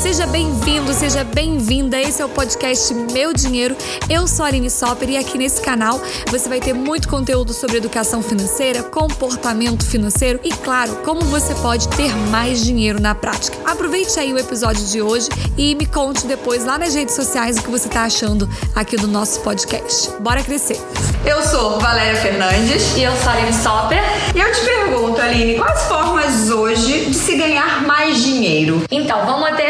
Seja bem-vindo, seja bem-vinda. Esse é o podcast Meu Dinheiro. Eu sou a Aline Sopper e aqui nesse canal você vai ter muito conteúdo sobre educação financeira, comportamento financeiro e, claro, como você pode ter mais dinheiro na prática. Aproveite aí o episódio de hoje e me conte depois lá nas redes sociais o que você está achando aqui do nosso podcast. Bora crescer! Eu sou Valéria Fernandes. E eu sou a Aline Sopper. E eu te pergunto, Aline, quais formas hoje de se ganhar mais dinheiro? Então, vamos até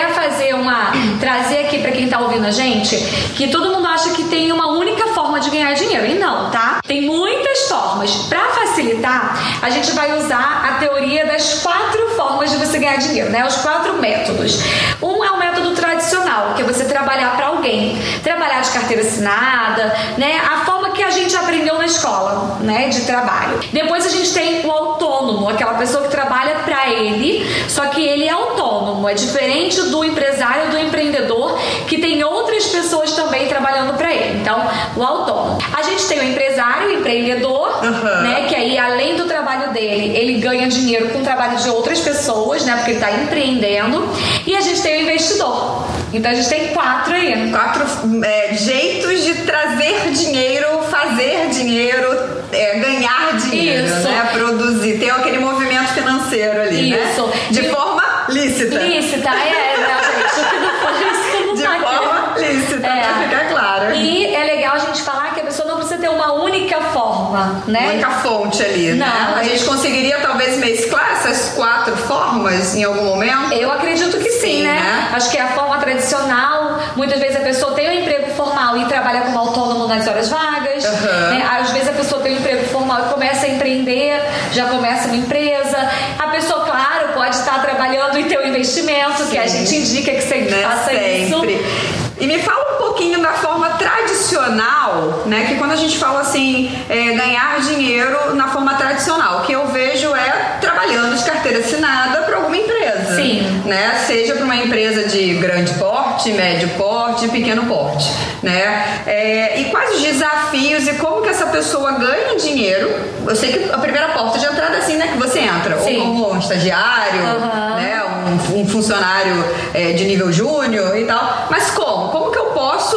trazer aqui pra quem tá ouvindo a gente, que todo mundo acha que tem uma única forma de ganhar dinheiro. E não, tá? Tem muitas formas. Pra facilitar, a gente vai usar a teoria das 4 formas de você ganhar dinheiro, né? Os 4 métodos. Um é o método tradicional, que é você trabalhar pra alguém. Trabalhar de carteira assinada, né? A forma que a gente aprendeu na escola, né? De trabalho. Depois a gente tem o autônomo, aquela pessoa que trabalha pra ele, só que ele é autônomo. É diferente do empresário, do empreendedor, que tem outras pessoas também trabalhando pra ele. Então, o autônomo. A gente tem o empresário, o empreendedor, né? Que aí, além do trabalho dele, ele ganha dinheiro com o trabalho de outras pessoas, né? Porque ele tá empreendendo. E a gente tem o investidor. Então, a gente tem 4 aí. 4 jeitos de trazer dinheiro, fazer dinheiro, ganhar dinheiro, Isso. né? Produzir. Tem aquele movimento financeiro ali, Isso. né? De forma lícita. Lícita, não, gente. O que não for lícito não De tá aqui. forma lícita, pra ficar claro. E é legal a gente falar que a pessoa não precisa ter uma única forma, né? Única fonte ali, Não, né? A gente conseguiria talvez mesclar essas 4 formas em algum momento? Eu acredito que sim, né? Acho que é a forma tradicional. Muitas vezes a pessoa tem um emprego formal e trabalha como autônomo nas horas vagas, né? Às vezes a pessoa tem um emprego formal e começa a empreender, já começa uma empresa. A pessoa, claro, pode estar trabalhando e ter um investimento, que a gente indica que sempre faça sempre. isso. E me fala um pouquinho da forma tradicional, né? Que quando a gente fala assim, ganhar dinheiro na forma tradicional, o que eu vejo é trabalhando de carteira assinada para alguma empresa. Sim. Né? Seja para uma empresa de grande porte, médio porte, pequeno porte, né? E quais os desafios e como que essa pessoa ganha dinheiro? Eu sei que a primeira porta de entrada é assim, né? Que você entra, Sim. ou como um estagiário, né? Um funcionário de nível júnior e tal. Mas como? Como que eu posso,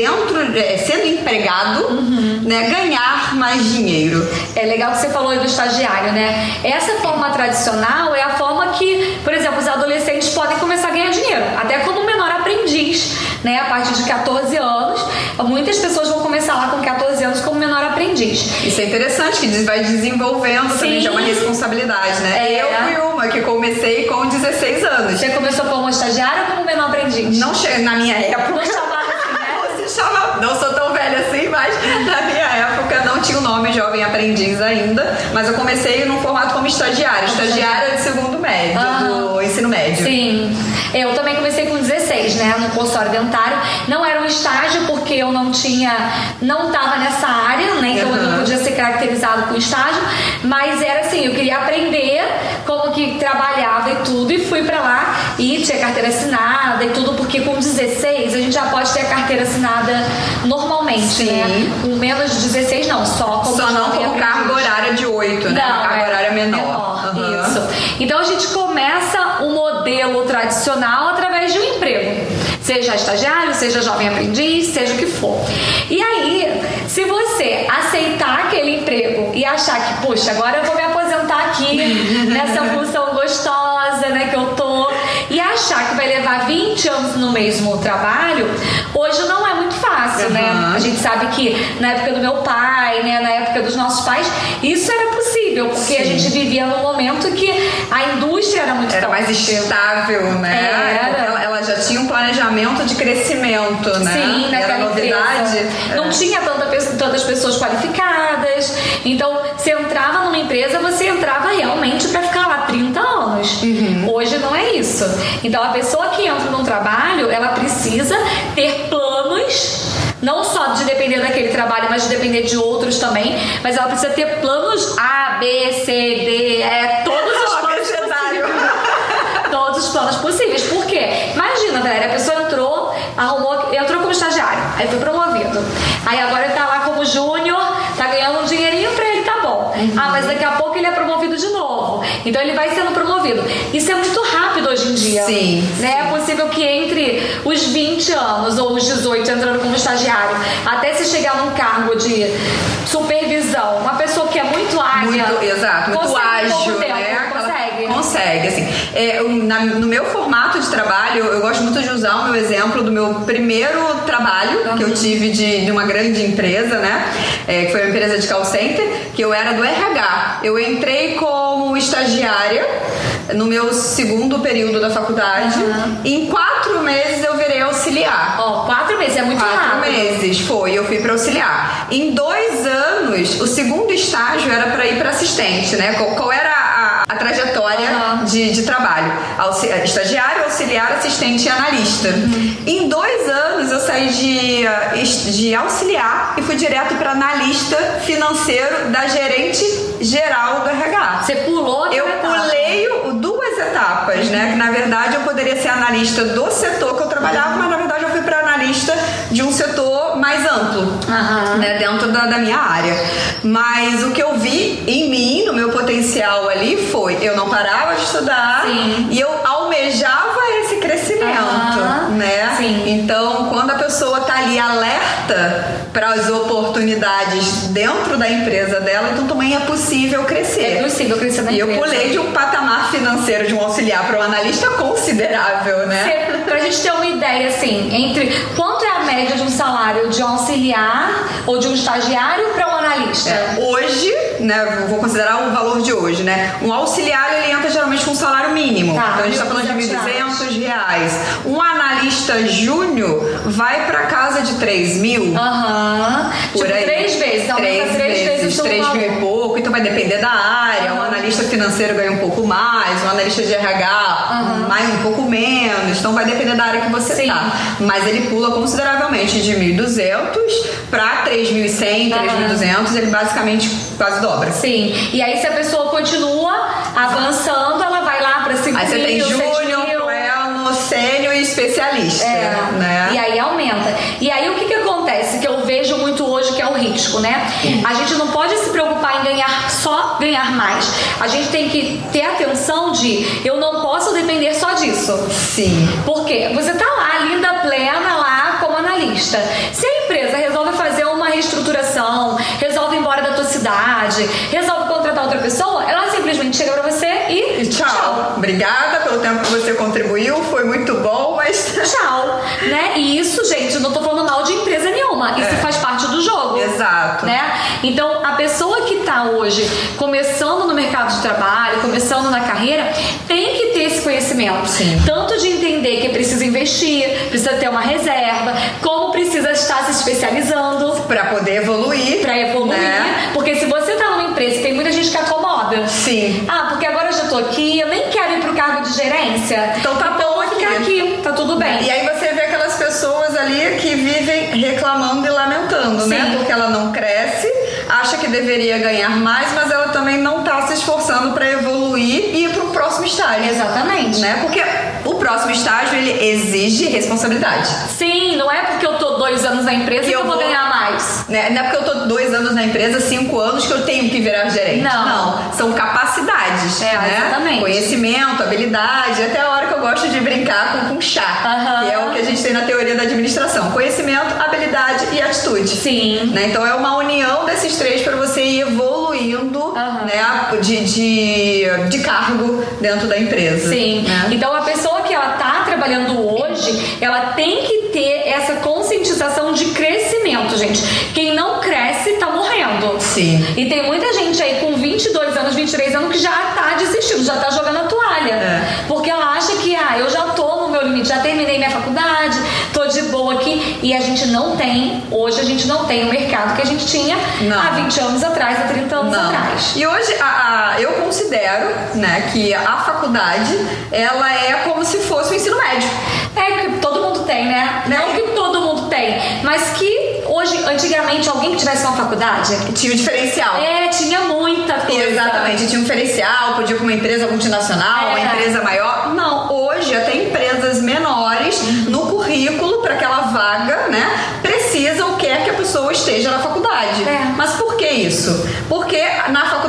sendo empregado, né, ganhar mais dinheiro? É legal que você falou aí do estagiário, né? Essa forma tradicional é a forma que, por exemplo, os adolescentes podem começar a ganhar dinheiro, até como menor aprendiz, né? A partir de 14 anos, muitas pessoas vão começar lá com 14 anos como menor aprendiz. Isso é interessante, que vai desenvolvendo também, já é uma responsabilidade, né? Eu fui uma que comecei com 16 anos. Você começou como estagiário ou como menor aprendiz? Não na minha época. Não chamava assim, né? Não sou tão velha assim, mas na minha época não tinha o nome jovem aprendiz ainda, mas eu comecei num formato como estagiário. Estagiária de segundo médio, do ensino médio. Sim. Eu também comecei com 16, né, no consultório dentário. Não era um estágio porque eu não estava nessa área, né, então eu não podia ser caracterizado com estágio, mas era assim, eu queria aprender como que trabalhava e tudo, e fui pra lá e tinha carteira assinada e tudo, porque com 16 a gente já pode ter a carteira assinada normalmente, né? Com menos de 16 não, só não como carga horária de 8, né? Não, carga horária menor. Isso. Então a gente começa o modelo tradicional através de um emprego. Seja estagiário, seja jovem aprendiz, seja o que for. E aí, se você aceitar aquele emprego e achar que, puxa, agora eu vou me aposentar aqui nessa função gostosa, né, que eu tô, e achar que vai levar 20 anos no mesmo trabalho, hoje não é muito fácil, né? A gente sabe que na época do meu pai, né, na época dos nossos pais, isso era possível, porque a gente vivia num momento que a indústria era muito mais estável, né? Ela já tinha um planejamento de crescimento, né? Sim, era novidade. Não tinha tantas pessoas qualificadas. Então, você entrava numa empresa, você entrava realmente para ficar lá 30 anos. Hoje não é isso. Então, a pessoa que entra num trabalho, ela precisa ter planos, não só de depender daquele trabalho, mas de depender de outros também. Mas ela precisa ter planos A, B, C, D, E, todos os planos possíveis. Todos os planos possíveis. Por quê? Imagina, galera, a pessoa entrou como estagiário, aí foi promovido. Aí agora ele tá lá como júnior, tá ganhando um dinheirinho pra ele, tá bom. Mas daqui a pouco ele é promovido de novo. Então ele vai sendo promovido. Isso é muito rápido hoje hoje em dia. Sim. Né? É possível que entre os 20 anos ou os 18 entrando como estagiário, até se chegar num cargo de supervisão, uma pessoa que é muito ágil. Muito ágil, né? Consegue, assim. No meu formato de trabalho, eu gosto muito de usar o meu exemplo do meu primeiro trabalho que eu tive de uma grande empresa, né? Que foi uma empresa de call center, que eu era do RH. Eu entrei como estagiária no meu segundo período da faculdade. Em 4 meses eu virei auxiliar. 4 meses, é muito rápido. 4 meses, eu fui para auxiliar. Em 2 anos, o segundo estágio era para ir para assistente, né? Qual era a trajetória de trabalho? Estagiário, auxiliar, assistente e analista. Em 2 anos eu saí de auxiliar e fui direto para analista financeiro da gerente geral do RH. Você pulou? Eu pulei 2 etapas, né? Que na verdade eu poderia ser analista do setor que eu trabalhava, mas na verdade eu fui para analista de um setor mais amplo, né? Dentro da minha área. Mas o que eu vi em mim, no meu potencial ali, foi eu não parava de estudar e eu almejava esse crescimento, né? Sim. Então, quando a pessoa tá ali alerta para as oportunidades dentro da empresa dela, então também é possível crescer. É possível crescer na empresa. E eu pulei de um patamar financeiro de um auxiliar para um analista considerável, né? Pra gente ter uma ideia, assim, entre quanto é a média de um salário de um auxiliar ou de um estagiário para um analista? Hoje, né, vou considerar o valor de hoje, né? Um auxiliar, ele entra geralmente com um salário mínimo. Então a gente tá falando de R$1.200. Um analista júnior vai pra casa de 3.000. Por tipo, aí. 3 vezes. 3 vezes, 3 mil e pouco. Então vai depender da área. Um analista financeiro ganha um pouco mais, um analista de RH mais um pouco menos. Então vai depender da área que você tá. Mas ele pula consideravelmente de 1.200 pra 3.100, 3.200. Ele basicamente quase dobra. Sim. E aí se a pessoa continua avançando, ela vai lá pra 5.000. Aí você tem júnior, pleno, sênior e especialista, né? E aí aumenta. E aí o que acontece? Que eu vejo muito hoje que é o risco, né? A gente não pode se preocupar em ganhar mais. A gente tem que ter atenção de eu não posso depender só disso. Sim. Porque você tá lá, linda, plena, lá como analista. Se a empresa resolve fazer uma reestruturação, resolve ir embora da tua cidade, resolve contratar outra pessoa, ela simplesmente chega pra você e tchau. Obrigada pelo tempo que você contribuiu, foi muito bom, mas tchau, né? E isso, gente, eu não tô falando mal de empresa nenhuma, isso faz parte do jogo. Exato. Né? Então, a pessoa que tá hoje começando no mercado de trabalho, começando na carreira, tem que ter esse conhecimento. Sim. Tanto de entender que precisa investir, precisa ter uma reserva, como precisa estar se especializando para poder evoluir. Né? Porque se você tá numa empresa, tem muita gente que acomoda. Sim. Porque agora eu já tô aqui, eu nem quero ir pro cargo de gerência. Então tá bom vou ficar aqui, tá tudo bem. E aí você vê aquelas pessoas ali que vivem reclamando e lamentando, né? Porque ela não cresce, acha que deveria ganhar mais, mas ela também não tá se esforçando para evoluir e ir pro próximo estágio. Exatamente. Né? Porque o próximo estágio, ele exige responsabilidade. Sim, não é porque eu tô 2 anos na empresa que eu vou ganhar mais. Né? Não é porque eu tô 2 anos na empresa, 5 anos que eu tenho que virar gerente. Não. São capacidades, né? Exatamente. Conhecimento, habilidade, até a hora que eu gosto de brincar com chá, que é o que a gente tem na teoria da administração. Conhecimento, habilidade e atitude. Sim. Né? Então é uma união desses 3 para você ir evoluindo, né? de cargo dentro da empresa. Sim. Né? Então a pessoa que ela tá trabalhando hoje, ela tem que ter essa conscientização de crescimento, gente. Quem não cresce tá morrendo. Sim. E tem muita gente aí com 22 anos, 23 anos que já tá desistindo, já tá jogando a toalha. Porque ela acha que, eu já tô no meu limite, já terminei minha faculdade, tô de boa aqui. E a gente não tem, hoje a gente não tem o mercado que a gente tinha há 20 anos atrás, há 30 anos atrás. E hoje eu considero, né, que a faculdade, ela é como se fosse o ensino médio. Que todo mundo tem, né? Não que todo mundo tem, mas que hoje, antigamente, alguém que tivesse uma faculdade tinha um diferencial. Tinha muita coisa. Exatamente, tinha um diferencial, podia ir com uma empresa multinacional, uma empresa maior. Não, hoje até empresas menores no currículo para aquela vaga, né, precisam, quer que a pessoa esteja na faculdade. Mas por que isso? Porque na faculdade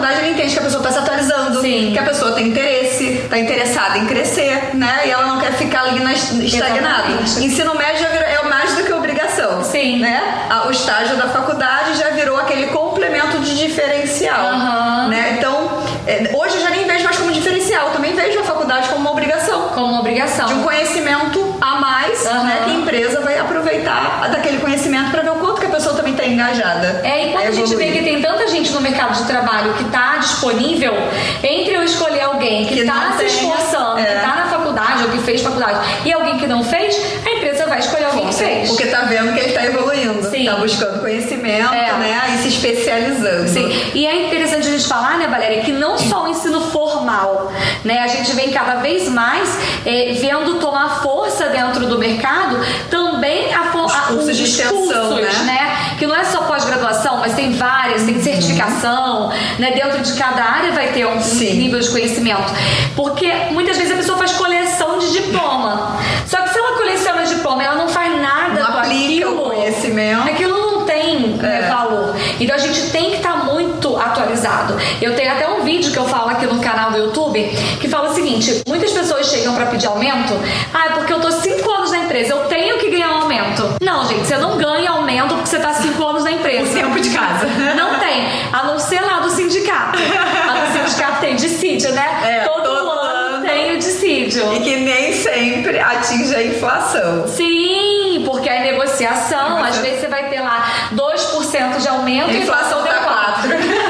faculdade, ele entende que a pessoa está se atualizando, Sim. que a pessoa tem interesse, está interessada em crescer, né? E ela não quer ficar ali estagnada. Ensino médio é mais do que obrigação. Sim. Né? O estágio da faculdade já virou aquele complemento de diferencial. Né? Então, hoje eu já nem vejo mais como diferencial, eu também vejo a faculdade como uma obrigação. Como uma obrigação. De um conhecimento a mais, né? Que a empresa vai aproveitar daquele conhecimento para ver o quanto que a pessoa também está engajada. E quando a gente vê que tem tanta gente no mercado de trabalho que está disponível, entre eu escolher alguém que está se esforçando, que está na faculdade ou que fez faculdade, e alguém que não fez, a empresa vai escolher alguém que fez. Porque tá vendo que ele está evoluindo, Sim. tá buscando conhecimento, né? E se especializando. Sim. E é interessante a gente falar, né, Valéria, que não só o ensino formal, né? A gente vem cada vez mais vendo tomar força dentro do mercado também os cursos de extensão, né? Que não é só pós-graduação, mas tem várias, tem certificação, né? Dentro de cada área vai ter um nível de conhecimento. Porque muitas vezes a pessoa faz coleção de diploma. Só que se ela coleciona diploma, ela não faz nada com aquilo. O conhecimento. Aquilo não tem valor. Então a gente tem que estar muito atualizado. Eu tenho até um vídeo que eu falo aqui no canal do YouTube que fala o seguinte: muitas pessoas chegam para pedir aumento, porque eu tô 5 anos na empresa, eu tenho que ganhar um aumento. Não, gente, você não ganha aumento porque você tá 5 anos na empresa. O tempo de casa. Não tem, a não ser lá do sindicato. Lá do sindicato tem dissídio, né? Todo ano tem o dissídio. E que nem sempre atinge a inflação. Sim, porque a negociação, às vezes você vai ter lá 2% de aumento e a inflação deu 4%.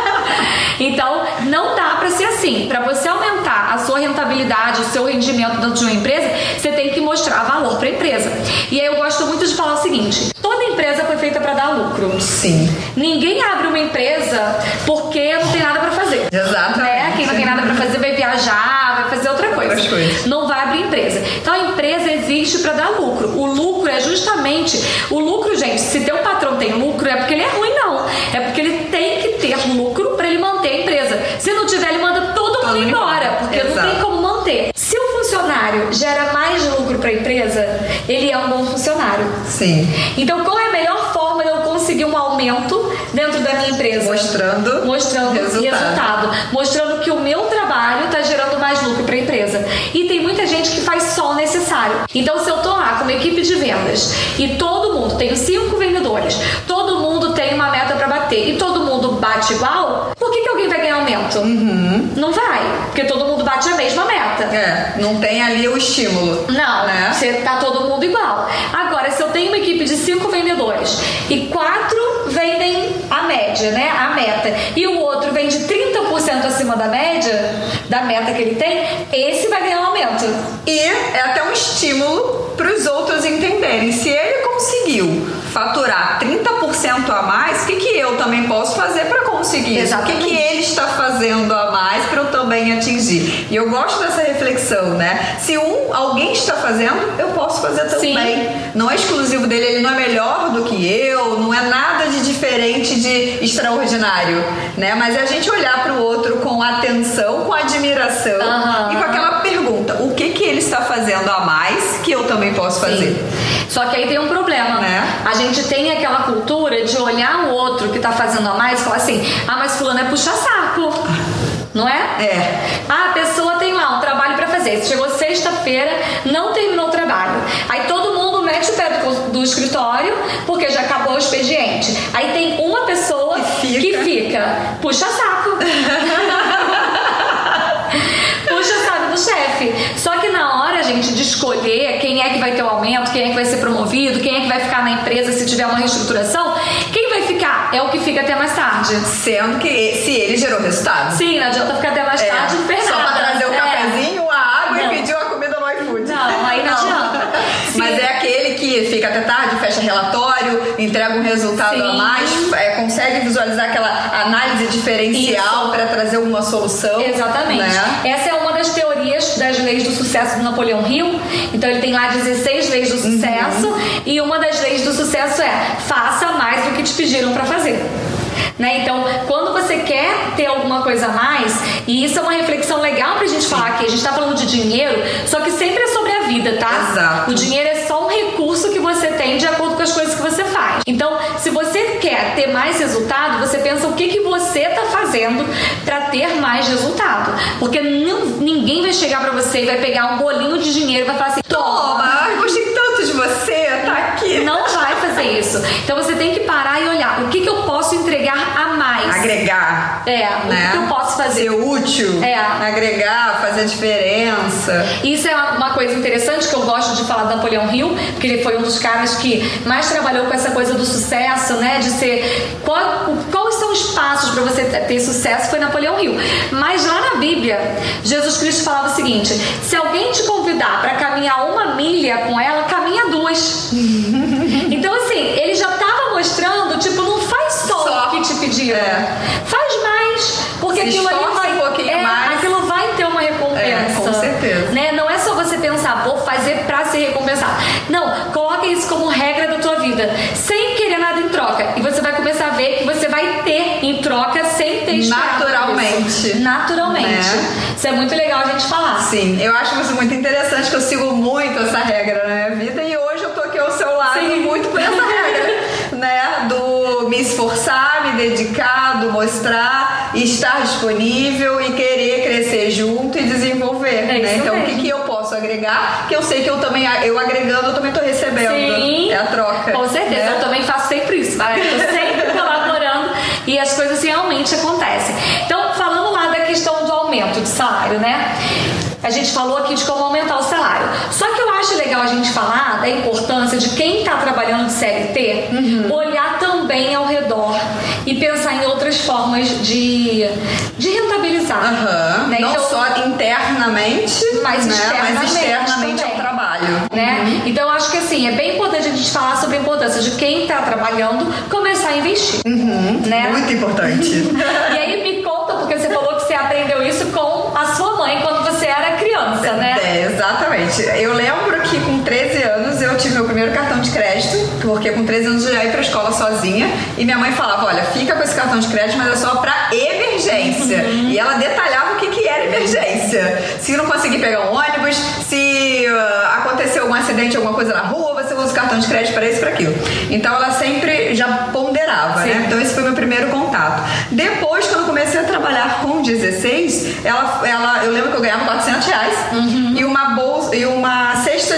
Então, não dá para ser assim. Para você aumentar a sua rentabilidade, o seu rendimento dentro de uma empresa, você tem que mostrar valor para a empresa. E aí eu gosto muito de falar o seguinte: toda empresa foi feita para dar lucro. Sim. Ninguém abre uma empresa porque não tem nada para fazer. Exatamente. Né? Quem não tem nada para fazer vai viajar, vai fazer outra coisa. Não vai abrir empresa. Então a empresa existe para dar lucro. O lucro é justamente o lucro, gente. Se teu patrão tem lucro, é porque ele é ruim, não. É porque ele tem que ter lucro para ele manter a empresa. Se não tiver, ele manda todo mundo embora, porque não tem como manter. Se o funcionário gera mais lucro para a empresa, ele é um bom funcionário. Sim. Então, qual é a melhor forma de eu conseguir um aumento dentro da minha empresa? Mostrando resultado. Mostrando que o meu trabalho está gerando mais lucro para a empresa. E tem muita gente que faz só o necessário. Então, se eu tô lá com uma equipe de vendas e todo mundo, tenho 5 vendedores, todo mundo tem uma meta para bater e todo mundo bate igual, por que alguém vai ganhar aumento? Não vai, porque todo mundo bate a mesma meta. Não tem ali o estímulo. Não, você tá todo mundo igual. Agora, se eu tenho uma equipe de 5 vendedores e 4 vendem a média, né? A meta, e o outro vende 30% acima da média, da meta que ele tem, esse vai ganhar um aumento. E é até um estímulo para os outros entenderem. Se ele conseguiu faturar 30% a mais, o que eu também posso fazer para conseguir isso? O que ele está fazendo a mais para eu também atingir? E eu gosto dessa reflexão, né? Se alguém está fazendo, eu posso fazer também. Sim. Não é exclusivo dele, ele não é melhor do que eu, não é nada de diferente, de extraordinário, né? Mas é a gente olhar para o outro com atenção, com admiração e com aquela pergunta: o que ele está fazendo a mais que eu também posso fazer? Sim. Só que aí tem um problema, né? A gente tem aquela cultura de olhar o outro que tá fazendo a mais e falar assim: mas fulano é puxa-saco. Não é? A pessoa tem lá um trabalho pra fazer. Chegou sexta-feira, não terminou o trabalho. Aí todo mundo mete o pé do escritório porque já acabou o expediente. Aí tem uma pessoa que fica puxa-saco. Puxa-saco do chefe. Só que na hora, gente, de escolher quem é que vai ter o aumento, quem é que vai ser promovido, quem é que vai ficar na empresa se tiver uma reestruturação, quem vai ficar é o que fica até mais tarde. Sendo que se ele gerou resultado. Sim, não adianta ficar até mais tarde e só pra trazer o cafezinho, a água e pedir uma comida no iFood. Não, aí não adianta. Mas é aquele que fica até tarde, fecha relatório, entrega um resultado a mais, consegue visualizar aquela análise diferencial para trazer uma solução. Exatamente. Né? Essa é uma das teorias das leis do sucesso do Napoleão Hill. Então ele tem lá 16 leis do sucesso e uma das leis do sucesso é: faça mais do que te pediram para fazer. Né? Então, quando você quer ter alguma coisa a mais, e isso é uma reflexão legal pra gente falar aqui, a gente tá falando de dinheiro, só que sempre é sobre a vida, tá? Exato. O dinheiro é só um recurso que você tem de acordo com as coisas que você faz. Então, se você quer ter mais resultado, você pensa o que você tá fazendo para ter mais resultado. Porque ninguém vai chegar para você e vai pegar um bolinho de dinheiro e vai falar assim: toma, eu gostei tanto de você, tá aqui. Não vai fazer isso. Então você tem que parar e olhar o que eu posso entregar a mais. Agregar. O que eu posso fazer. Ser útil. Agregar, fazer diferença. Isso é uma coisa interessante que eu gosto de falar do Napoleão Hill, porque ele foi um dos caras que mais trabalhou com essa coisa do sucesso, né? De ser... Quais são os passos para você ter sucesso? Foi Napoleão Hill. Mas lá na Bíblia, Jesus Cristo falava o seguinte: se alguém te convidar para caminhar 1 milha com ela, caminha 2. Então, assim, ele já estava mostrando, tipo, não faz só o que te pediram. Faz mais. Porque aquilo ali vai... mais. Aquilo vai ter uma recompensa. Com certeza. Né? Não é só você pensar, vou fazer pra ser recompensado. Não, coloca isso como regra da tua vida, sem querer nada em troca. E você vai começar a ver que você vai ter em troca sem ter esperado. Naturalmente. Isso é muito legal a gente falar. Sim, eu acho isso muito interessante, que eu sigo muito essa regra na minha vida, e hoje eu tô aqui ao seu lado muito por essa regra, né? Do me esforçar, me dedicar, do mostrar, estar disponível e querer crescer junto e desenvolver, né? Então, o que eu posso agregar? Que eu sei que eu agregando, eu também tô recebendo. Sim, é a troca. Com certeza, né? Eu também faço sempre isso, tá? Eu tô sempre colaborando e as coisas realmente acontecem. Então, falando lá da questão do aumento de salário, né? A gente falou aqui de como aumentar o salário. Só que eu acho legal a gente falar da importância de quem está trabalhando de CLT olhar também ao redor e pensar em outras formas de rentabilizar. Né? Não então, só internamente, mas externamente ao trabalho. Né? Então eu acho que assim, é bem importante a gente falar sobre a importância de quem está trabalhando começar a investir. Né? Muito importante. E aí me conta, porque você falou que você aprendeu isso com a sua mãe quando você era criança, né? Exatamente. Eu lembro que com 13 anos eu tive meu primeiro cartão de crédito, porque com 13 anos eu já ia pra escola sozinha, e minha mãe falava: olha, fica com esse cartão de crédito, mas é só pra emergência. E ela detalhava o que era emergência. Se não conseguir pegar um ônibus, se acontecer algum acidente, alguma coisa na rua, você usa o cartão de crédito para isso e para aquilo. Então ela sempre já ponderava, né? Então esse foi meu primeiro contato. Depois, quando eu comecei a trabalhar com 16, eu lembro que eu ganhava R$400 e uma bolsa e uma cesta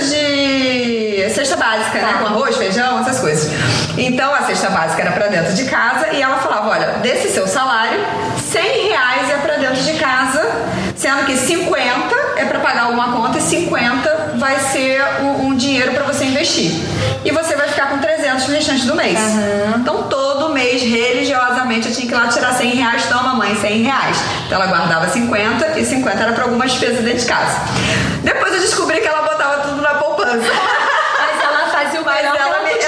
básica, né? Com arroz, feijão, essas coisas. Então a cesta básica era para dentro de casa, e ela falava: olha, desse seu salário, R$100 é para dentro de casa, sendo que 50 é para pagar alguma conta e 50 vai ser um dinheiro para você investir. E você vai ficar com 300 no restante do mês. Então todo mês, religiosamente, eu tinha que ir lá tirar R$100. Toma, mãe, R$100. Então ela guardava 50 e 50 era para alguma despesa dentro de casa. Depois eu descobri que ela botava tudo na poupança. Mas ela fazia o melhor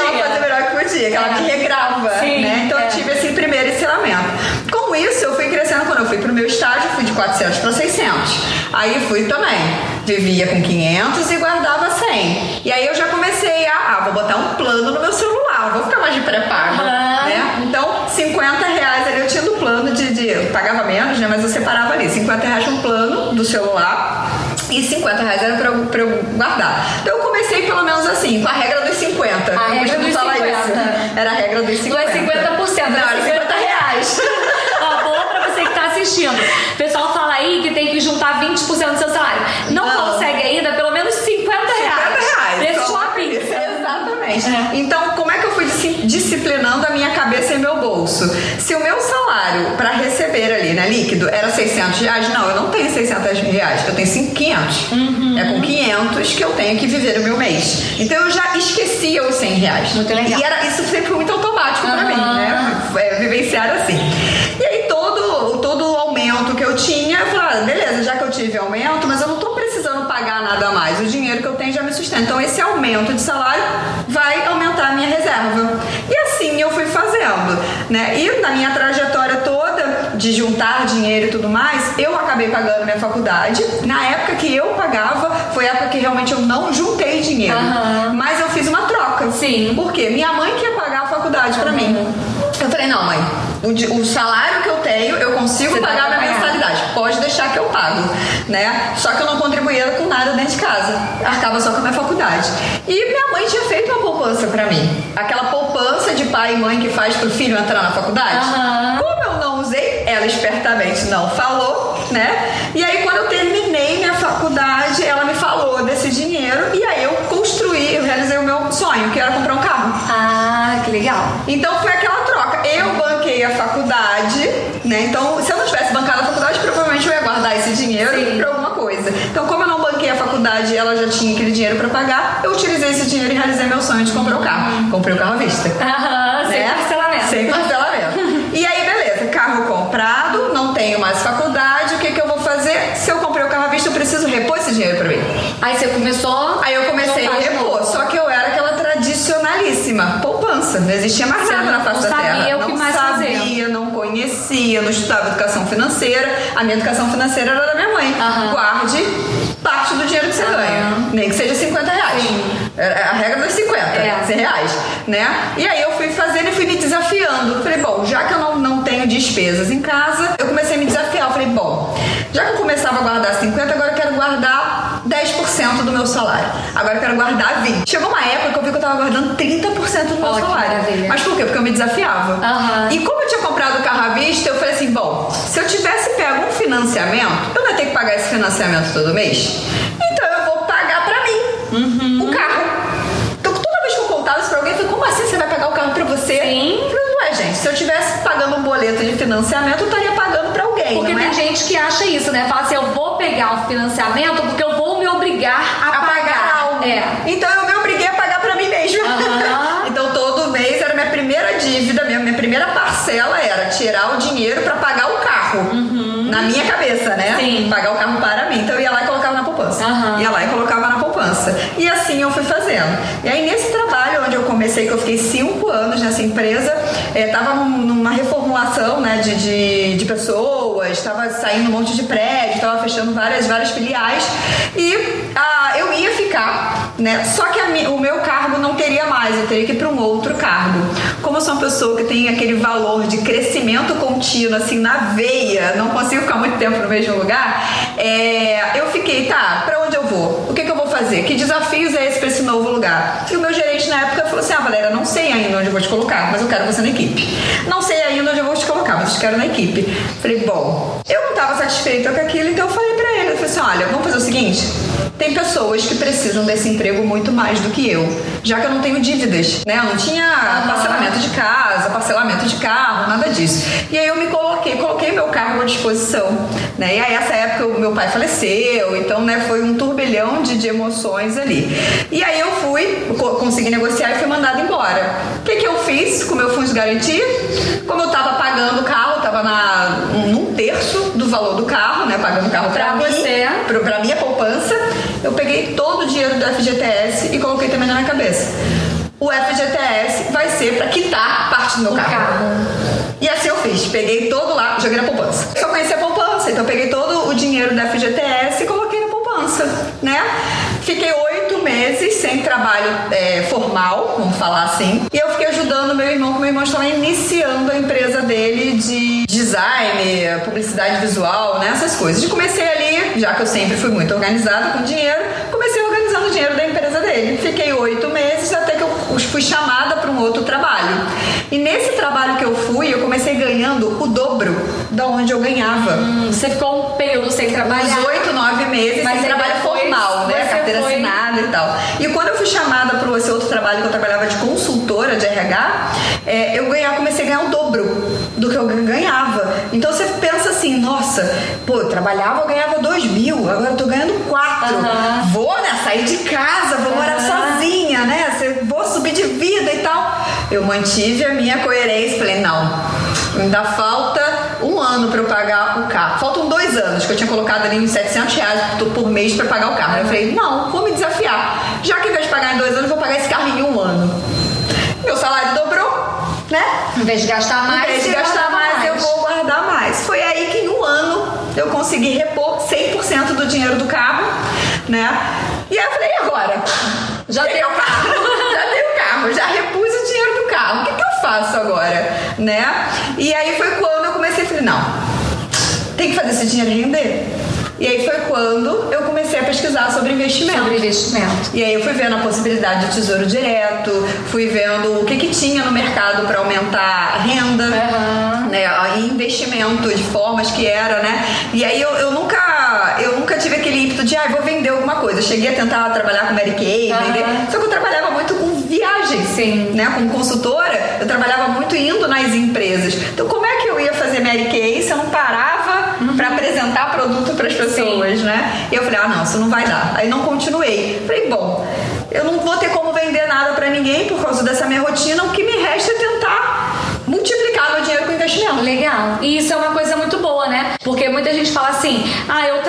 que podia, que ela me regrava, né? Então eu tive esse primeiro ensinamento. Com isso, eu fui crescendo. Quando eu fui pro meu estágio, fui de 400 para 600. Aí fui também. Vivia com 500 e guardava 100. E aí eu já comecei vou botar um plano no meu celular, vou ficar mais de pré-pago, né? Então, R$50 ali eu tinha do plano eu pagava menos, né? Mas eu separava ali, R$50 um plano do celular e R$50 era pra eu guardar. Então eu comecei pelo menos assim, com a regra dos 50. A regra dos 50. Era a regra dos 50. Não é 50%, não, era R$50. Ó, boa pra você que tá assistindo. O pessoal fala aí que tem que juntar 20% do seu salário. Não consegue ainda, pelo menos R$50. Desse shopping. Exatamente. Então, como é que eu fui disciplinando a minha cabeça e meu bolso? Se o meu salário para receber ali, né, líquido, era R$600, não, eu não tenho R$600, eu tenho 500. É com 500 que eu tenho que viver o meu mês. Então eu já esquecia os R$100. Muito legal. E isso sempre foi muito automático para mim, né? Vivenciar assim. E aí todo o aumento que eu tinha, eu falei: beleza, já que eu tive aumento, mas eu não tô precisando pagar nada a mais. O dinheiro que eu tenho já me sustenta. Então esse aumento de salário vai aumentar a minha reserva. E assim eu fui fazendo, né? E na minha trajetória toda de juntar dinheiro e tudo mais, eu acabei pagando minha faculdade. Na época que eu pagava, foi a época que realmente eu não juntei dinheiro. Mas eu fiz uma troca. Sim. Por quê? Minha mãe que ia pagar a faculdade pra mim. Eu falei: não, mãe, o salário que eu tenho eu consigo pagar minha mensalidade. Pode deixar que eu pago, né? Só que eu não contribuía com nada dentro de casa. Arcava só com a minha faculdade. E minha mãe tinha feito uma poupança pra mim. Aquela poupança de pai e mãe que faz pro filho entrar na faculdade. Como eu não usei, ela espertamente não falou, né? E aí quando eu terminei minha faculdade, ela me falou desse dinheiro e aí eu realizei o meu sonho, que era comprar um carro. Ah, que legal. Então foi aquela troca. Eu banquei a faculdade, né? Então, se eu não tivesse bancado a faculdade, provavelmente eu ia guardar esse dinheiro pra alguma coisa. Então, como eu não banquei a faculdade, ela já tinha aquele dinheiro pra pagar, eu utilizei esse dinheiro e realizei meu sonho de comprar o carro. Comprei o carro à vista. Sem parcelamento. Sem parcelamento. E aí, beleza, carro comprado, não tenho mais faculdade, o que eu vou fazer? Se eu comprei o carro à vista, eu preciso repor esse dinheiro pra mim. Aí você começou? Aí eu comecei a repor, só que eu era aquela tradicionalíssima poupança, não existia mais nada na face da terra. Não sabia o que mais fazer. Não conhecia, não estudava educação financeira. A minha educação financeira era da minha mãe. Guarde parte do dinheiro que você ganha, nem que seja R$50. A regra dos 50, R$100, né? E aí eu fui fazendo e fui me desafiando. Falei, bom, já que eu não tenho despesas em casa, eu comecei a me desafiar. Eu falei, bom, já que eu começava a guardar 50, agora eu quero guardar 10% do meu salário. Agora eu quero guardar 20%. Chegou uma época que eu vi que eu tava guardando 30% do meu salário. Mas por quê? Porque eu me desafiava. E como eu tinha comprado o carro à vista, eu falei assim, bom, se eu tivesse pego um financiamento, eu não ia ter que pagar esse financiamento todo mês. Então eu vou pagar pra mim o carro. Então toda vez que eu contava isso pra alguém, eu falei, como assim você vai pagar o carro pra você? Sim. Eu falei, não é, gente, se eu tivesse pagando um boleto de financiamento, eu estaria pagando pra alguém. Porque não tem é? gente que acha isso, né? Fala assim, eu vou pegar um financiamento porque eu vou me obrigar a pagar algo. Então eu me obriguei a pagar pra mim mesma. Então todo mês era minha primeira dívida, minha primeira parcela era tirar o dinheiro pra pagar o carro. Na minha cabeça, né? Sim. Pagar o carro para mim. Então eu ia lá e colocava na poupança. Ia lá e colocava na poupança. E assim eu fui fazendo. E aí nesse trabalho onde eu comecei, que eu fiquei 5 anos nessa empresa, tava numa reformulação, né, de pessoas, tava saindo um monte de prédio, tava fechando várias filiais. E eu ia ficar, né? Só que o meu cargo não teria mais, eu teria que ir para um outro cargo. Como eu sou uma pessoa que tem aquele valor de crescimento contínuo, assim, na veia, não consigo ficar muito tempo no mesmo lugar, eu fiquei, tá, pra onde eu vou? O que eu vou fazer? Que desafios é esse pra esse novo lugar? E o meu gerente na época falou assim, Valéria, não sei ainda onde eu vou te colocar, mas eu quero você na equipe. Não sei ainda onde eu vou te colocar, mas eu te quero na equipe. Falei, bom, eu não estava satisfeita com aquilo, então eu falei pra ele, eu falei assim, olha, vamos fazer o seguinte, tem pessoas que precisam desse emprego muito mais do que eu, já que eu não tenho dívidas, né? Eu não tinha parcelamento de casa, parcelamento de carro, nada disso. E aí eu me coloquei meu cargo à disposição, né? E aí essa época o meu pai faleceu, então, né, foi um turbilhão de emoções ali. E aí eu consegui negociar e fui mandada embora. O que eu fiz com o meu fundo de garantia? Como eu tava pagando o carro, tava num terço do valor do carro, né? Pagando o carro pra você, pra minha poupança, eu peguei todo o dinheiro do FGTS e coloquei também na minha cabeça. O FGTS vai ser pra quitar parte do meu carro. E assim eu fiz, peguei todo lá, joguei na poupança. Eu só conhecia a poupança, então eu peguei todo o dinheiro do FGTS e coloquei na poupança, né? Fiquei 8 meses sem trabalho formal, vamos falar assim. E eu fiquei ajudando meu irmão, que meu irmão estava iniciando a empresa dele de design, publicidade visual, né? Essas coisas. E comecei ali, já que eu sempre fui muito organizada com dinheiro, comecei organizando o dinheiro da empresa dele. Fiquei 8 meses até que eu fui chamada para um outro trabalho. E nesse trabalho que eu fui, eu comecei ganhando o dobro da onde eu ganhava. Você ficou um período sem trabalhar? Uns 8, 9 meses sem trabalho formal, né? Carteira assinada e tal. E quando eu fui chamada para esse outro trabalho que eu trabalhava de consultora de RH, comecei a ganhar o dobro do que eu ganhava. Então você pensa assim, nossa, pô, eu trabalhava, eu ganhava 2.000, agora eu tô ganhando 4. Vou, né, sair de casa, vou morar sozinha, né? Vou subir de vida e tal. Eu mantive a minha coerência, falei, não, ainda falta 1 ano para eu pagar o carro. Faltam 2 anos, que eu tinha colocado ali uns R$700 por mês para pagar o carro. Eu falei, não, vou me desafiar. Já que ao invés de pagar em 2 anos, eu vou pagar esse carro em 1 ano. Meu salário dobrou, né? Em vez de gastar mais, eu vou guardar mais. Foi aí que em 1 ano eu consegui repor 100% do dinheiro do carro, né? E aí eu falei, e agora? Já tenho o carro. Já repus o dinheiro do carro. O que eu faço agora, né? E aí foi quando eu comecei comecei a falar, não, tem que fazer esse dinheiro render. E aí foi quando eu comecei a pesquisar sobre investimento. E aí eu fui vendo a possibilidade de tesouro direto, fui vendo o que tinha no mercado para aumentar a renda, né, investimento de formas que era, né? E aí eu nunca tive aquele ímpeto de vou vender alguma coisa. Eu cheguei a tentar trabalhar com Mary Kay, vender, só que eu trabalhava muito com viagens, né? Como consultora, eu trabalhava muito indo nas empresas. Então como é que eu ia fazer Mary Kay se eu não parava para apresentar produto para as pessoas, né? E eu falei, não, isso não vai dar. Aí não continuei. Falei, bom, eu não vou ter como vender nada para ninguém por causa dessa minha rotina. O que me resta é tentar multiplicar meu dinheiro com investimento. Legal. E isso é uma coisa muito boa, né? Porque muita gente fala assim, eu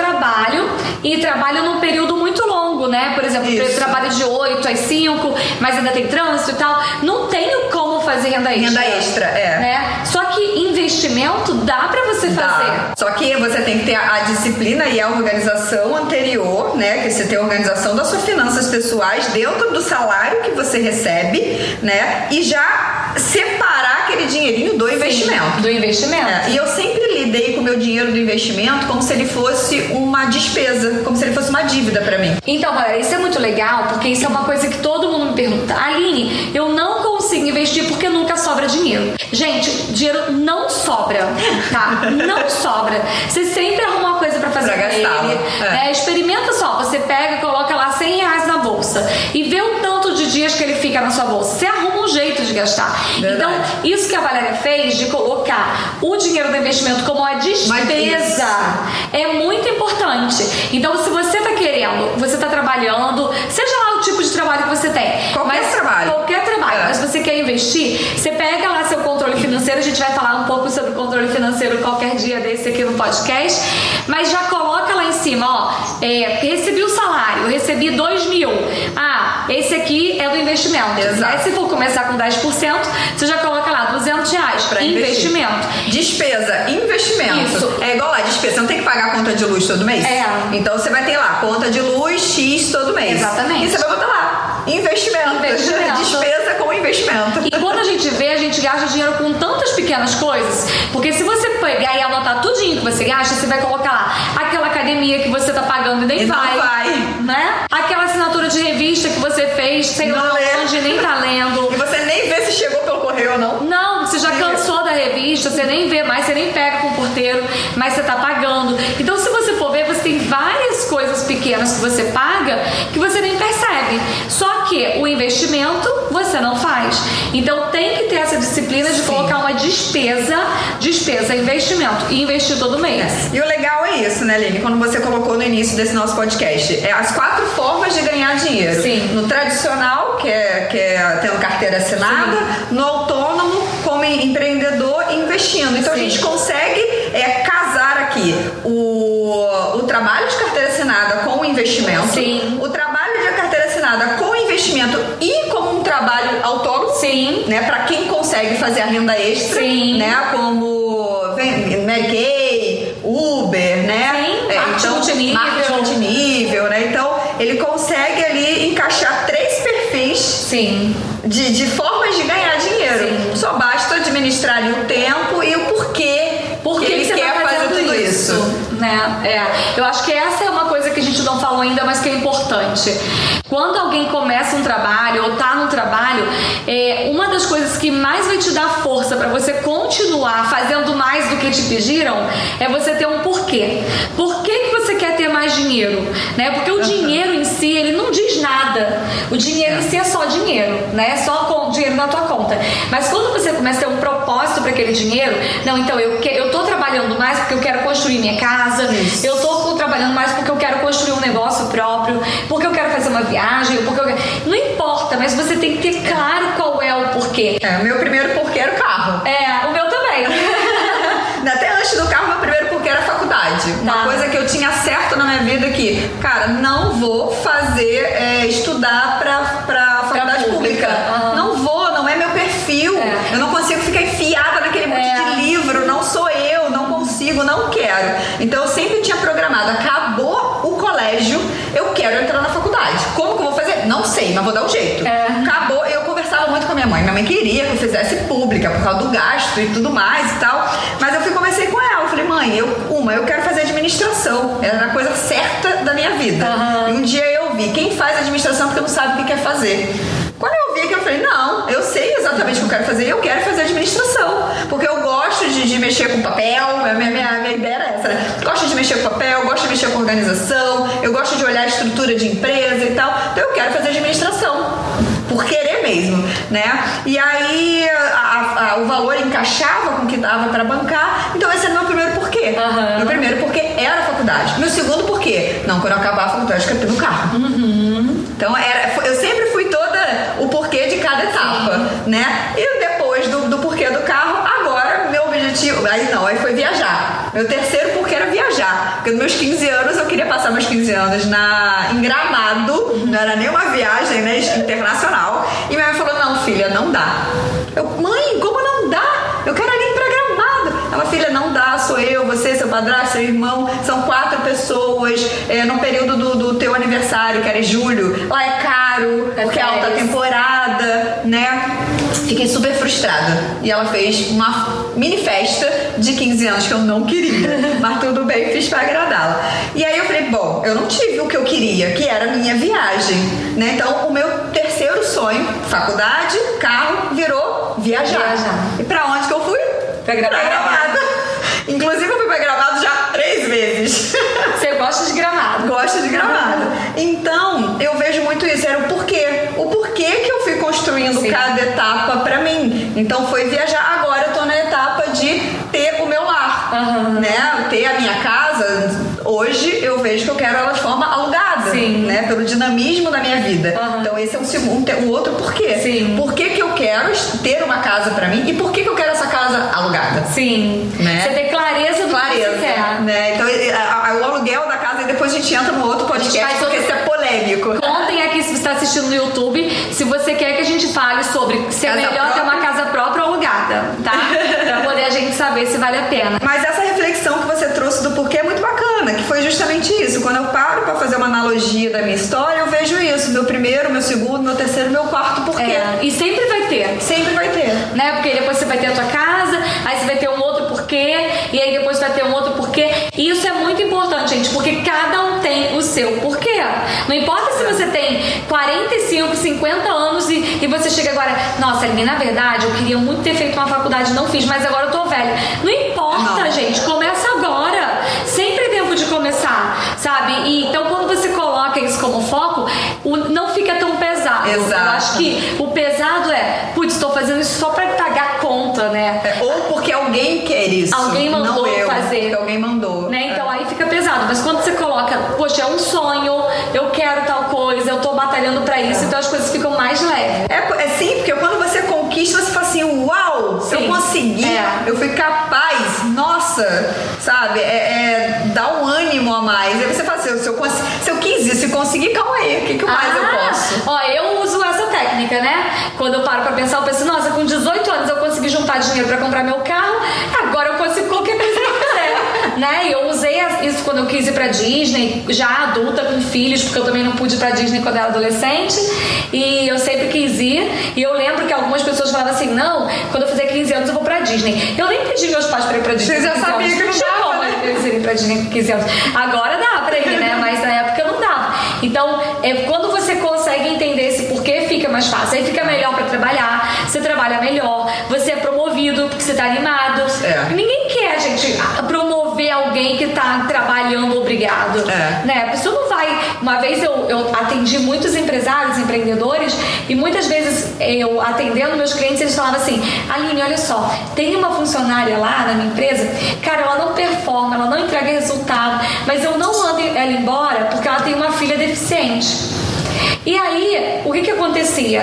trabalho num período muito longo, né? Por exemplo, eu trabalho de 8 às 5, mas ainda tem trânsito e tal. Não tenho como fazer renda extra. Renda extra, né? Só que investimento dá pra você fazer. Só que você tem que ter a disciplina e a organização anterior, né? Que você tem a organização das suas finanças pessoais dentro do salário que você recebe, né? E já separar aquele dinheirinho do investimento. Do investimento. E eu sempre lidei com o meu dinheiro do investimento como se ele fosse uma despesa, como se ele fosse uma dívida pra mim. Então, galera, isso é muito legal, porque isso é uma coisa que todo mundo me pergunta. Aline, eu não consigo investir porque nunca sobra dinheiro. Gente, dinheiro não sobra, tá? Não sobra. Você sempre arruma uma coisa pra fazer com ele. Experimenta só. Você pega e coloca lá R$100 na bolsa e vê o tanto de dias que ele fica na sua bolsa. Você arruma um jeito de gastar. Verdade. Então, isso que a Valéria fez de colocar o dinheiro do investimento como uma despesa é muito importante. Então, se você tá querendo, você tá trabalhando, seja lá o tipo de trabalho que você tem. Qualquer trabalho. Mas você quer investir, você pega lá seu controle financeiro. A gente vai falar um pouco sobre controle financeiro qualquer dia desse aqui no podcast. Mas já coloca lá em cima, recebi o salário, recebi 2.000. Esse aqui é do investimento. Exato. Aí se for começar com 10%, você já coloca lá R$200 para investimento. Despesa, investimento. Isso. É igual lá, despesa. Você não tem que pagar a conta de luz todo mês? Então você vai ter lá, conta de luz X todo mês. Exatamente. E você vai botar lá, investimento. Despesa com investimento. E quando a gente vê, a gente gasta dinheiro com tantas pequenas coisas. Porque se você pegar e anotar tudinho que você gasta, você vai colocar lá aquela academia que você tá pagando e nem vai. Né? Aquela assinatura de revista que você fez, sei lá onde, nem tá lendo. E você nem vê se chegou pelo correio ou não. Não, você já cansou da revista, você nem vê mais, você nem pega com o porteiro, mas você tá pagando. Então, se você for ver, você tem várias coisas pequenas que você paga que você nem percebe. Só que o investimento você não faz. Então, tem que ter essa disciplina de colocar uma despesa, investimento, e investir todo mês. E o legal é isso, né, Aline? Quando você colocou no início desse nosso podcast, as 4 formas de ganhar dinheiro. No tradicional, que é tendo carteira assinada, no autônomo, como empreendedor, investindo. Então a gente consegue casar aqui o trabalho de carteira assinada com o investimento, o trabalho de carteira assinada com o investimento e como um trabalho autônomo, né, para quem consegue fazer a renda extra, né, como Mary Kay, Uber, né? Marketing multinível, né? Então ele consegue ali encaixar 3 perfis de formas de ganhar dinheiro. Só basta administrar ali o tempo e o porquê que ele quer fazer tudo isso. Né? Eu acho que essa é uma coisa que a gente não falou ainda, mas que é importante. Quando alguém começa um trabalho ou tá no trabalho, uma das coisas que mais vai te dar força para você continuar fazendo mais do que te pediram é você ter um porquê. Por que você quer ter mais dinheiro? Né? Porque o dinheiro em si, ele não diz nada. O dinheiro em si é só dinheiro, né? É só dinheiro na tua conta. Mas quando você começa a ter um propósito para aquele dinheiro, não, então eu tô trabalhando mais porque eu quero construir minha casa. Eu tô trabalhando mais porque eu quero construir um negócio próprio, porque eu quero fazer uma viagem, não importa, mas você tem que ter claro qual é o porquê. O meu primeiro porquê era o carro. O meu também. Até antes do carro, meu primeiro porquê era a faculdade. Uma coisa que eu tinha certo na minha vida que, cara, não vou fazer estudar pra faculdade pública. Não é meu perfil. Eu não consigo ficar enfiada naquele monte de livro, não sou eu, não consigo, não quero. Então eu sempre tinha programado, acabou o colégio, eu quero entrar na faculdade. Como que eu vou fazer? Não sei, mas vou dar um jeito. Acabou, eu conversava muito com a minha mãe. Minha mãe queria que eu fizesse pública por causa do gasto e tudo mais e tal. Mas eu conversei com ela. Eu falei, mãe, eu quero fazer administração. Era a coisa certa da minha vida. E um dia eu vi, quem faz administração porque não sabe o que quer fazer. Quando eu vi que eu falei, não, eu sei exatamente o que eu quero fazer, eu quero fazer administração. Porque eu gosto de mexer com papel, a minha ideia era essa, né? Gosto de mexer com papel, gosto de mexer com organização, eu gosto de olhar a estrutura de empresa e tal. Então eu quero fazer administração. Por querer mesmo, né? E aí o valor encaixava com o que dava para bancar. Então esse era o meu primeiro porquê. Meu primeiro porquê era a faculdade. Meu segundo porquê? Não, quando eu acabar a faculdade, eu quero ter um carro. Então eu sempre fui toda o porquê de cada etapa, né? E depois do porquê do carro, agora meu objetivo... Aí foi viajar. Meu terceiro porquê era viajar. Porque nos meus 15 anos, eu queria passar meus 15 anos em Gramado. Não era nem uma viagem, né, internacional. E minha mãe falou, não, filha, não dá. Mãe, como não dá? Eu quero ir pra Gramado. Ela, filha, não dá, sou eu, você, seu padrasto, seu irmão, são 4 pessoas no período do teu aniversário, que era em julho. Lá é caro, porque é alta temporada, né? Fiquei super frustrada. E ela fez uma mini festa de 15 anos que eu não queria. Mas tudo bem, fiz pra agradá-la. E aí eu falei, bom, eu não tive o que eu queria, que era a minha viagem, né? Então o meu terceiro sonho, faculdade, carro, virou viajar. E pra onde que eu fui? Pra Gramado. Inclusive eu fui pra Gramado já 3 vezes. Você gosta de Gramado? Gosto de Gramado. Então, eu vejo muito isso. Era o porquê. O porquê que eu fui construindo cada etapa pra mim. Então, foi viajar. Agora eu tô na etapa de ter o meu lar. Né? Ter a minha casa. Hoje, eu vejo que eu quero ela de forma alugada. Né? Pelo dinamismo da minha vida. Então, esse é um outro porquê. Por que que eu quero ter uma casa pra mim e por que que eu quero essa casa alugada? Né? Você tem clareza do que você quer. Né? Então, o aluguel da casa, e depois a gente entra no outro podcast, porque isso é polêmico. Contem aqui, se você está assistindo no YouTube, se você quer que a gente fale sobre se é melhor ter uma casa própria ou alugada, tá? Pra poder a gente saber se vale a pena. Mas essa reflexão que você trouxe do porquê é muito bacana, que foi justamente isso. Quando eu paro pra fazer uma analogia da minha história, eu vejo isso. Meu primeiro, meu segundo, meu terceiro, meu quarto porquê. E sempre vai ter. Sempre vai ter. Né? Porque depois você vai ter a tua casa, aí você vai ter um outro porquê, e aí depois vai ter um outro porquê. E isso é muito importante, gente, porque cada um tem o seu porquê. Não importa se você tem 45, 50 anos e você chega agora, nossa, Aline, na verdade, eu queria muito ter feito uma faculdade, não fiz, mas agora eu tô velha. Não importa, gente, começa agora. Sempre é tempo de começar, sabe? E então, quando você coloca isso como foco, não fica tão pesado. Exato. Eu acho que o pesado é, putz, estou fazendo isso só pra pagar conta, né? Ou porque alguém quer isso. Alguém mandou fazer. Porque alguém mandou. Né? Então aí fica pesado. Mas quando você coloca, poxa, é um sonho, eu quero tal coisa, eu tô batalhando pra isso, então as coisas ficam mais leves. É sim, porque quando você conquista, você fala assim, uau, eu consegui, eu fui capaz, nossa, sabe? Dá um ânimo a mais. Aí você fala assim, se eu quis isso e conseguir, calma aí, o que mais eu posso? Ó, eu uso essa técnica, né? Quando eu paro pra pensar, eu penso, nossa, com 18 anos eu consegui juntar dinheiro pra comprar meu carro, agora eu consigo qualquer coisa que eu quiser, né? E eu usei isso quando eu quis ir pra Disney, já adulta, com filhos, porque eu também não pude ir pra Disney quando eu era adolescente, e eu sempre quis ir, e eu lembro que algumas pessoas falavam assim, não, quando eu fizer 15 anos eu vou pra Disney. Eu nem pedi meus pais pra ir pra Disney. Você já sabia que não dava, né? Eles irem pra Disney com 15 anos. Agora dá pra ir, né? Mas na época não dava. Então, quando você consegue entender esse porquê, fica mais fácil. Aí fica melhor pra trabalhar, você trabalha melhor, você é promovido porque você tá animado. Ninguém quer, gente, promover alguém que tá trabalhando obrigado. Né? A pessoa não vai... Uma vez eu atendi muitos empresários, empreendedores, e muitas vezes eu atendendo meus clientes, eles falavam assim, Aline, olha só, tem uma funcionária lá na minha empresa, cara, ela não performa, ela não entrega resultado, mas eu não mando ela embora porque ela tem uma filha deficiente. E aí, o que acontecia?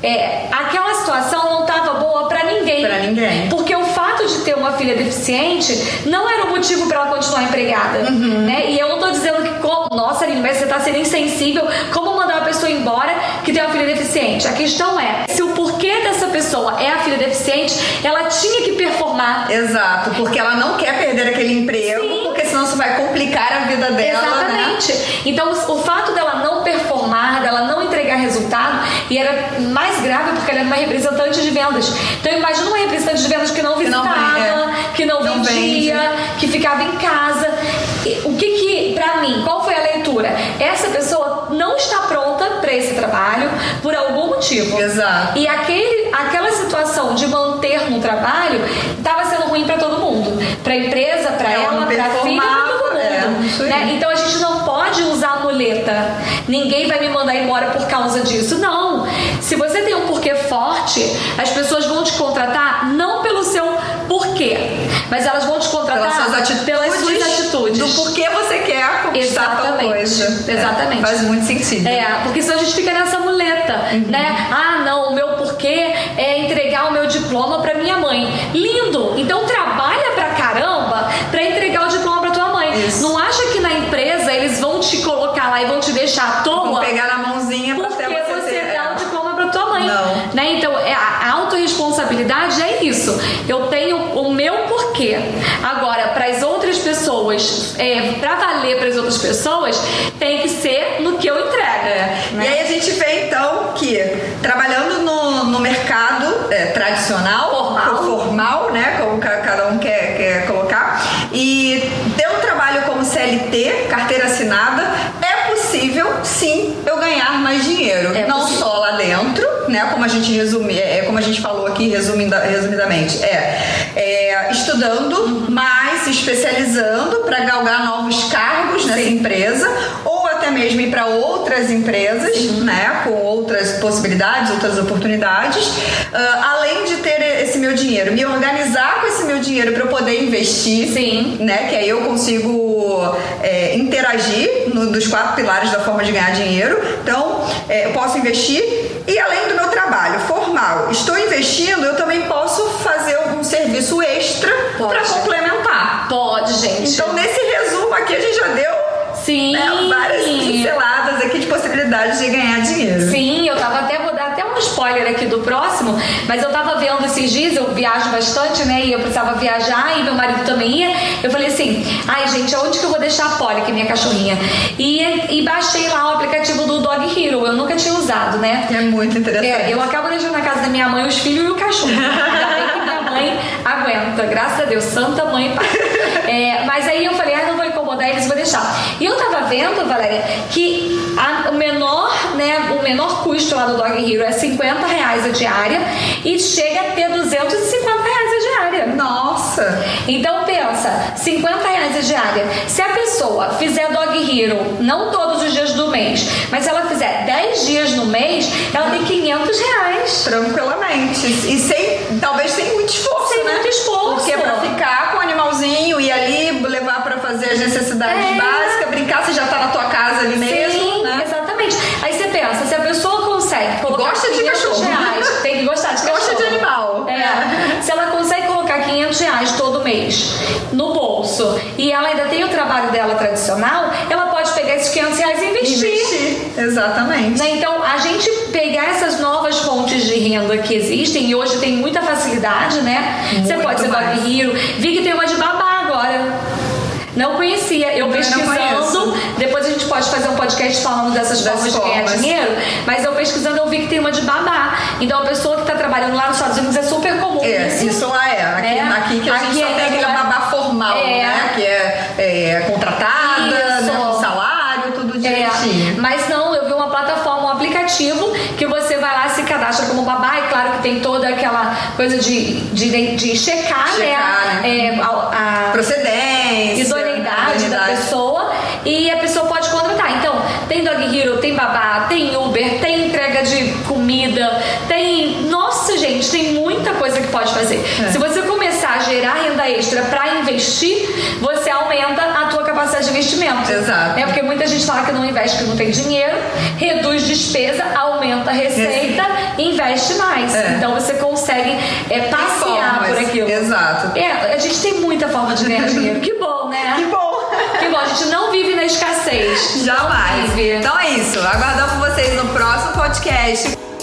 Aquela situação não estava boa pra ninguém. Porque o fato de ter uma filha deficiente não era o motivo pra ela continuar empregada. Né? E eu não tô dizendo que, nossa, Aline, mas você tá sendo insensível. Como mandar uma pessoa embora que tem uma filha deficiente? A questão é, se o porquê dessa pessoa é a filha deficiente, ela tinha que performar. Exato, porque ela não quer perder aquele emprego, porque senão isso vai complicar a vida dela. Exatamente. Né? Então, o fato dela não performar, dela não entregar resultado, e era mais grave porque ela era uma representante de vendas. Então imagina uma representante de vendas que não visitava, que não vendia, que ficava em casa. O que pra mim, qual foi a leitura? Essa pessoa não está pronta para esse trabalho por algum motivo. Exato. E aquela situação de manter no trabalho estava sendo ruim para todo mundo, para a empresa, para ela, para a filha, para todo mundo, né? Então a gente não pode usar a muleta. Ninguém vai me mandar embora por causa disso. Não. Se você tem um porquê forte, as pessoas vão te contratar não pelo seu porquê, mas elas vão te contratar pelas suas atitudes. Do porquê você quer conquistar tal coisa. Exatamente. Faz muito sentido. Porque senão a gente fica nessa muleta, né? Ah, não, o meu porquê é entregar o meu diploma pra minha mãe. Lindo! Então trabalha pra caramba pra entregar o diploma pra tua mãe. Isso. Não acha que na empresa eles vão te colocar lá e vão te deixar à toa? Vão pegar na mãozinha pra porque você dá o diploma pra tua mãe. Não. Né? Então, a autorresponsabilidade é isso. Eu tenho o meu porquê. Agora, para as outras pessoas, pra valer para as outras pessoas, tem que ser no que eu entrego. Né? E aí a gente vê então que trabalhando no mercado tradicional, formal, né? Como cada um quer colocar, e ter um trabalho como CLT, carteira assinada, é possível sim eu ganhar mais dinheiro. Não só lá dentro, né? Como a gente como a gente falou aqui resumidamente, estudando mais, se especializando para galgar novos cargos nessa empresa, ou até mesmo ir para outras empresas, né? Com outras possibilidades, outras oportunidades, além de ter esse meu dinheiro, me organizar com esse meu dinheiro para eu poder investir, né? Que aí eu consigo interagir dos 4 pilares da forma de ganhar dinheiro. Então, eu posso investir e além do meu trabalho formal, estou investindo, eu também posso fazer um serviço extra para complementar. Pode, gente. Então, nesse resumo aqui, a gente já deu várias pinceladas aqui de possibilidades de ganhar dinheiro. Sim, eu tava vou dar até um spoiler aqui do próximo, mas eu tava vendo esses dias, eu viajo bastante, né, e eu precisava viajar e meu marido também ia. Eu falei assim, ai gente, aonde que eu vou deixar a Polly, que é minha cachorrinha? E baixei lá o aplicativo do Dog Hero, eu nunca tinha usado, né? É muito interessante. Eu acabo deixando na casa da minha mãe os filhos e o cachorro. Ainda bem que minha mãe aguenta, graças a Deus, santa mãe, pai. Mas aí eu falei, não vou incomodar eles, vou deixar. E eu tava vendo, Valéria, que o menor custo lá do Dog Hero é R$50 a diária e chega a ter R$250 a diária. Nossa! Então pensa, R$50 a diária. Se a pessoa fizer Dog Hero, não todos os dias do mês, mas se ela fizer 10 dias no mês, ela tem R$500. Tranquilamente. E talvez sem muito esforço, sem muito esforço. Porque pra ficar com o animalzinho e ali levar pra fazer as necessidades básicas, brincar, você já tá na tua casa ali mesmo, né? Exatamente. Aí você pensa, se a pessoa consegue colocar gosta de cachorro. R$500, tem que gostar de cachorro. Gosta de animal. Se ela consegue colocar R$500 todo mês no bolso e ela ainda tem o trabalho dela tradicional, ela pode pegar esses R$500 e investir. Exatamente. Né? Então, a gente pegar essas novas fontes de renda que existem, e hoje tem muita facilidade, né? Você pode ser Dog Hero. Vi que tem uma de babá agora. Não conhecia, eu pesquisando, depois a gente pode fazer um podcast falando dessas formas de ganhar dinheiro, mas eu pesquisando eu vi que tem uma de babá. Então a pessoa que está trabalhando lá nos Estados Unidos é super comum. Isso lá aqui que a gente só tem aquele babá formal, né? Que é contratada, né? Com salário, tudo direitinho. Mas não, eu vi uma plataforma, um aplicativo que você vai lá, se cadastra como babá, e claro que tem toda aquela coisa de checar, né? A procedência, idoneidade da pessoa, e a pessoa pode contratar. Então, tem Dog Hero, tem babá, tem Uber, tem entrega de comida, tem... Nossa, gente, tem muita coisa que pode fazer. Se você começar a gerar renda extra para investir, você aumenta a tua capacidade de investimento. Exato. Porque muita gente fala que não investe porque não tem dinheiro, reduz despesa, aumenta a receita, investe mais. Então você consegue passear por aquilo. Exato. A gente tem muita forma de ganhar dinheiro. Que bom, né? Que bom. Que bom, a gente não vive na escassez. Jamais. Não vive. Então é isso. Aguardamos vocês no próximo podcast.